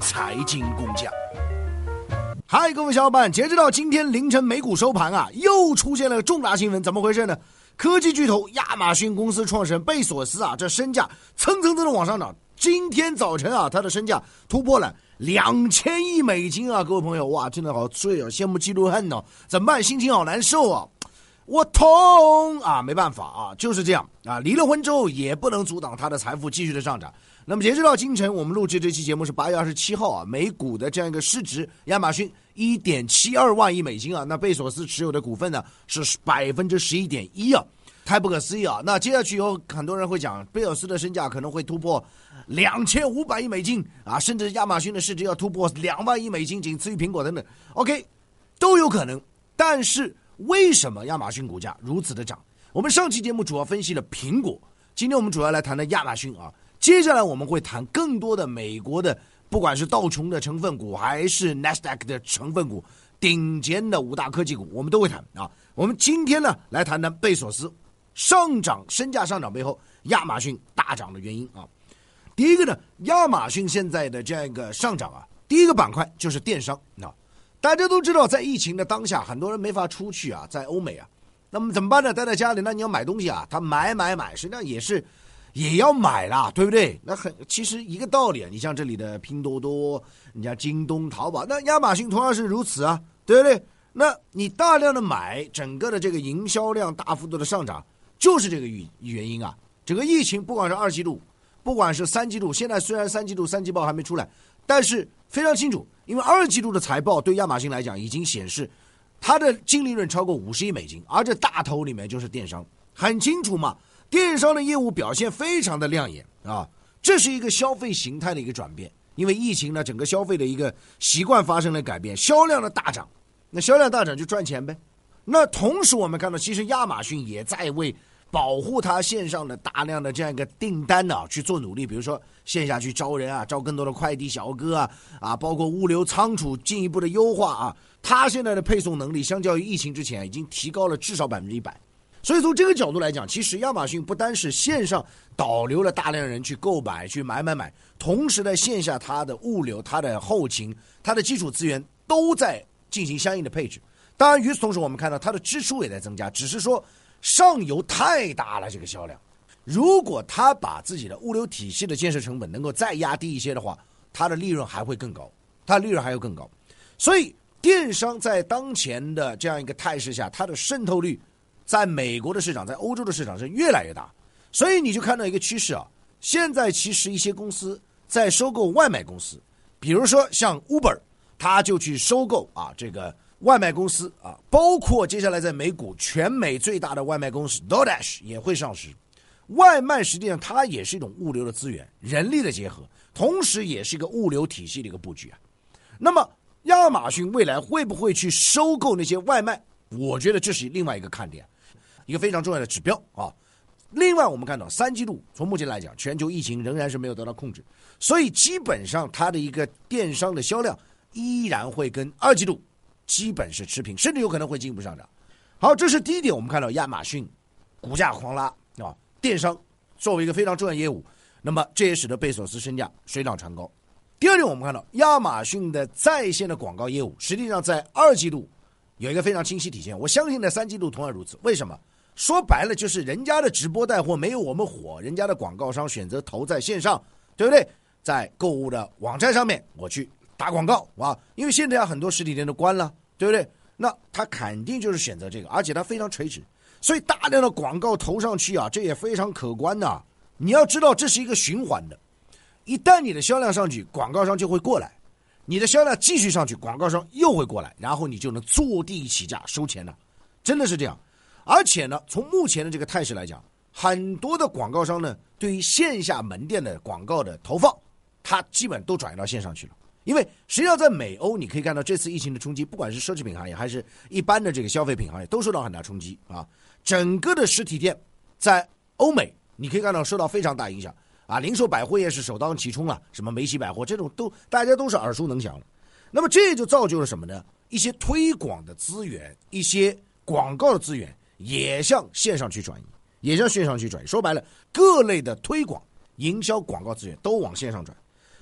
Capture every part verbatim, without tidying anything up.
财经工匠。嗨，各位小伙伴，截止到今天凌晨美股收盘啊，又出现了重大新闻，怎么回事呢？科技巨头亚马逊公司创始人贝索斯啊，这身价蹭蹭蹭的往上涨。今天早晨啊，他的身价突破了两千亿美金啊，各位朋友，哇，真的好醉啊，羡慕嫉妒恨哦，怎么办？心情好难受啊，我痛啊，没办法啊，就是这样啊，离了婚之后也不能阻挡他的财富继续的上涨。那么截止到今晨，我们录制这期节目是八月二十七号啊，美股的这样一个市值，亚马逊 一点七二万亿美金啊，那贝索斯持有的股份呢是 百分之十一点一 啊，太不可思议啊。那接下去有很多人会讲，贝索斯的身价可能会突破两千五百亿美金啊，甚至亚马逊的市值要突破两万亿美金，仅次于苹果等等 OK 都有可能。但是为什么亚马逊股价如此的涨？我们上期节目主要分析了苹果，今天我们主要来谈的亚马逊啊。接下来我们会谈更多的美国的，不管是道琼的成分股还是 Nasdaq 的成分股，顶尖的五大科技股，我们都会谈啊。我们今天呢来谈谈贝索斯上涨身价上涨背后亚马逊大涨的原因啊。第一个呢，亚马逊现在的这样一个上涨啊，第一个板块就是电商啊。大家都知道，在疫情的当下，很多人没法出去啊，在欧美啊，那么怎么办呢？待在家里，那你要买东西啊，他买买买，实际上也是。也要买啦，对不对？那很其实一个道理啊。你像这里的拼多多，你像京东、淘宝，那亚马逊同样是如此啊，对不对？那你大量的买，整个的这个营销量大幅度的上涨，就是这个原因啊。整个疫情不管是二季度，不管是三季度，现在虽然三季度三季报还没出来，但是非常清楚，因为二季度的财报对亚马逊来讲已经显示，它的净利润超过五十亿美金，而这大头里面就是电商，很清楚嘛。电商的业务表现非常的亮眼啊，这是一个消费形态的一个转变。因为疫情呢，整个消费的一个习惯发生了改变，销量的大涨，那销量大涨就赚钱呗。那同时我们看到，其实亚马逊也在为保护它线上的大量的这样一个订单呢、啊、去做努力，比如说线下去招人啊，招更多的快递小哥啊，啊，包括物流仓储进一步的优化啊，它现在的配送能力相较于疫情之前已经提高了至少百分之一百。所以从这个角度来讲，其实亚马逊不单是线上导流了大量人去购买去买买买，同时在线下它的物流、它的后勤、它的基础资源都在进行相应的配置。当然与此同时，我们看到它的支出也在增加，只是说上游太大了这个销量，如果它把自己的物流体系的建设成本能够再压低一些的话，它的利润还会更高，它的利润还会更高。所以电商在当前的这样一个态势下，它的渗透率在美国的市场，在欧洲的市场是越来越大。所以你就看到一个趋势啊，现在其实一些公司在收购外卖公司，比如说像 Uber， 他就去收购啊这个外卖公司啊，包括接下来在美股全美最大的外卖公司 DoorDash 也会上市。外卖实际上它也是一种物流的资源，人力的结合，同时也是一个物流体系的一个布局啊。那么亚马逊未来会不会去收购那些外卖？我觉得这是另外一个看点，一个非常重要的指标啊。另外我们看到三季度从目前来讲，全球疫情仍然是没有得到控制，所以基本上它的一个电商的销量依然会跟二季度基本是持平，甚至有可能会进一步上涨。好，这是第一点，我们看到亚马逊股价狂拉啊，电商作为一个非常重要的业务，那么这也使得贝索斯身价水涨船高。第二点，我们看到亚马逊的在线的广告业务实际上在二季度有一个非常清晰体现，我相信在三季度同样如此。为什么？说白了就是人家的直播带货没有我们火，人家的广告商选择投在线上，对不对？在购物的网站上面我去打广告啊，因为现在很多实体店都关了，对不对？那他肯定就是选择这个，而且他非常垂直，所以大量的广告投上去啊，这也非常可观的、啊。你要知道这是一个循环的，一旦你的销量上去，广告商就会过来，你的销量继续上去，广告商又会过来，然后你就能坐地起价收钱了，真的是这样。而且呢，从目前的这个态势来讲，很多的广告商呢，对于线下门店的广告的投放，它基本都转移到线上去了。因为实际上在美欧，你可以看到这次疫情的冲击，不管是奢侈品行业还是一般的这个消费品行业，都受到很大冲击啊。整个的实体店在欧美，你可以看到受到非常大影响啊。零售百货业是首当其冲啊，什么梅西百货这种都大家都是耳熟能详的。那么这就造就了什么呢？一些推广的资源，一些广告的资源也向线上去转移，也向线上去转移。说白了，各类的推广、营销、广告资源都往线上转。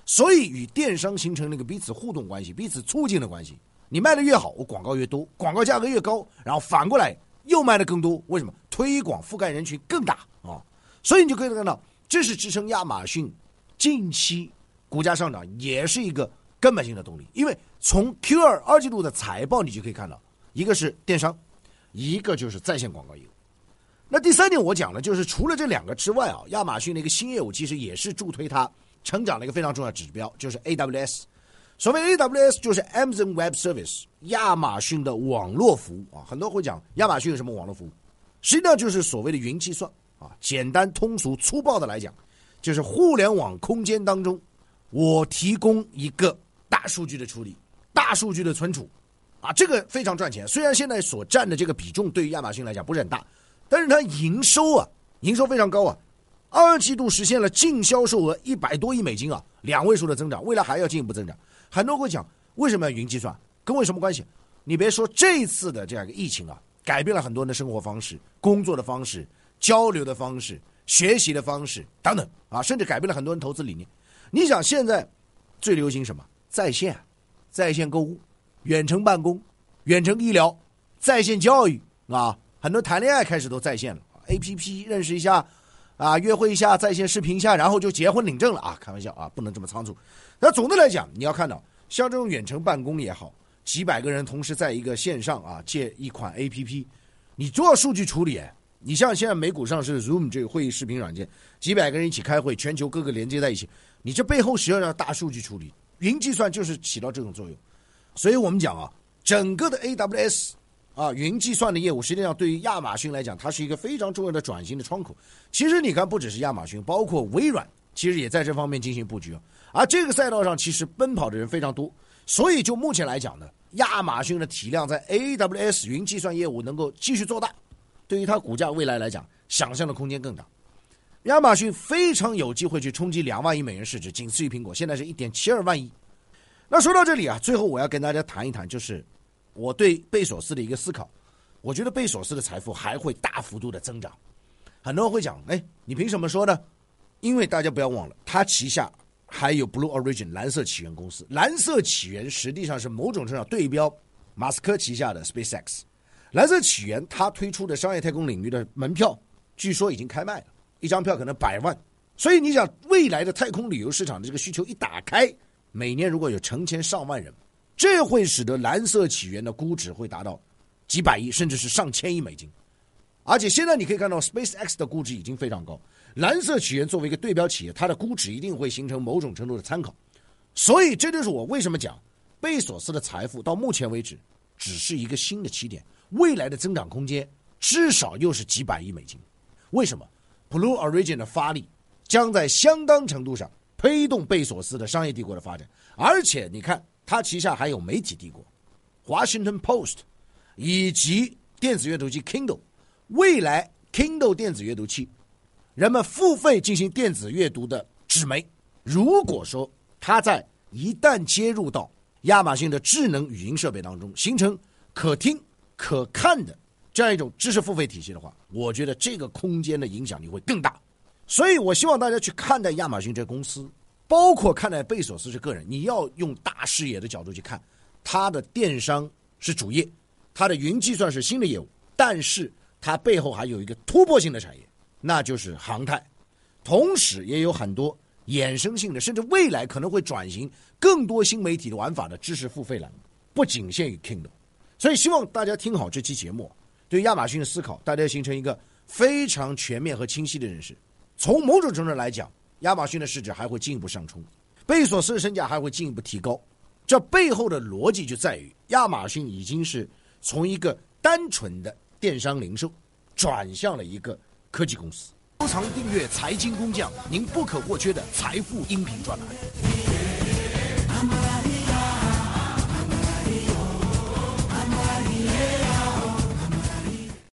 所以与电商形成了一个彼此互动关系，彼此促进的关系。你卖的越好，我广告越多，广告价格越高，然后反过来又卖的更多。为什么？推广覆盖人群更大啊！所以你就可以看到，这是支撑亚马逊近期股价上涨也是一个根本性的动力。因为从 Q 二 二季度的财报你就可以看到，一个是电商，一个就是在线广告业务。那第三点我讲的就是除了这两个之外啊，亚马逊的一个新业务其实也是助推它成长的一个非常重要的指标，就是 A W S。所谓 A W S 就是 Amazon Web Service， 亚马逊的网络服务啊。很多人会讲亚马逊有什么网络服务，实际上就是所谓的云计算啊。简单通俗粗暴的来讲，就是互联网空间当中，我提供一个大数据的处理、大数据的存储啊，这个非常赚钱。虽然现在所占的这个比重对于亚马逊来讲不是很大，但是它营收啊，营收非常高啊。二季度实现了净销售额一百多亿美金啊，两位数的增长，未来还要进一步增长。很多人会讲，为什么要云计算？跟我有什么关系？你别说这次的这样一个疫情啊，改变了很多人的生活方式、工作的方式、交流的方式、学习的方式等等啊，甚至改变了很多人投资理念。你想现在最流行什么？在线、在线购物、远程办公、远程医疗、在线教育啊，很多谈恋爱开始都在线了 ，A P P 认识一下。啊，约会一下，在线视频一下，然后就结婚领证了啊！开玩笑啊，不能这么仓促。那总的来讲，你要看到，像这种远程办公也好，几百个人同时在一个线上啊借一款 A P P， 你做数据处理，你像现在美股上市的 Zoom 这个会议视频软件，几百个人一起开会，全球各个连接在一起，你这背后实际上大数据处理，云计算就是起到这种作用。所以我们讲啊，整个的 A W S。啊，云计算的业务实际上对于亚马逊来讲，它是一个非常重要的转型的窗口。其实你看，不只是亚马逊，包括微软，其实也在这方面进行布局啊。而这个赛道上，其实奔跑的人非常多。所以就目前来讲呢，亚马逊的体量在 A W S 云计算业务能够继续做大，对于它股价未来来讲，想象的空间更大。亚马逊非常有机会去冲击两万亿美元市值，仅次于苹果，现在是 一点七二万亿。那说到这里啊，最后我要跟大家谈一谈，就是我对贝索斯的一个思考。我觉得贝索斯的财富还会大幅度的增长。很多人会讲，哎，你凭什么说呢？因为大家不要忘了，他旗下还有 Blue Origin 蓝色起源公司。蓝色起源实际上是某种程度上对标马斯克旗下的 SpaceX。蓝色起源它推出的商业太空领域的门票，据说已经开卖了，一张票可能百万。所以你想，未来的太空旅游市场的这个需求一打开，每年如果有成千上万人，这会使得蓝色起源的估值会达到几百亿，甚至是上千亿美金。而且现在你可以看到 SpaceX 的估值已经非常高，蓝色起源作为一个对标企业，它的估值一定会形成某种程度的参考。所以这就是我为什么讲贝索斯的财富到目前为止只是一个新的起点，未来的增长空间至少又是几百亿美金。为什么？ Blue Origin 的发力将在相当程度上推动贝索斯的商业帝国的发展。而且你看他旗下还有媒体帝国 Washington Post 以及电子阅读器 Kindle。 未来 Kindle 电子阅读器人们付费进行电子阅读的纸媒，如果说它在一旦接入到亚马逊的智能语音设备当中，形成可听可看的这样一种知识付费体系的话，我觉得这个空间的影响力会更大。所以我希望大家去看待亚马逊这公司，包括看待贝索斯这个人，你要用大视野的角度去看，他的电商是主业，他的云计算是新的业务，但是它背后还有一个突破性的产业，那就是航太，同时也有很多衍生性的，甚至未来可能会转型更多新媒体的玩法的知识付费栏目，不仅限于 Kindle。 所以希望大家听好这期节目，对亚马逊的思考，大家形成一个非常全面和清晰的认识。从某种程度来讲，亚马逊的市值还会进一步上冲，贝索斯的身价还会进一步提高。这背后的逻辑就在于，亚马逊已经是从一个单纯的电商零售转向了一个科技公司。收藏订阅财经工匠，您不可或缺的财富音频专栏。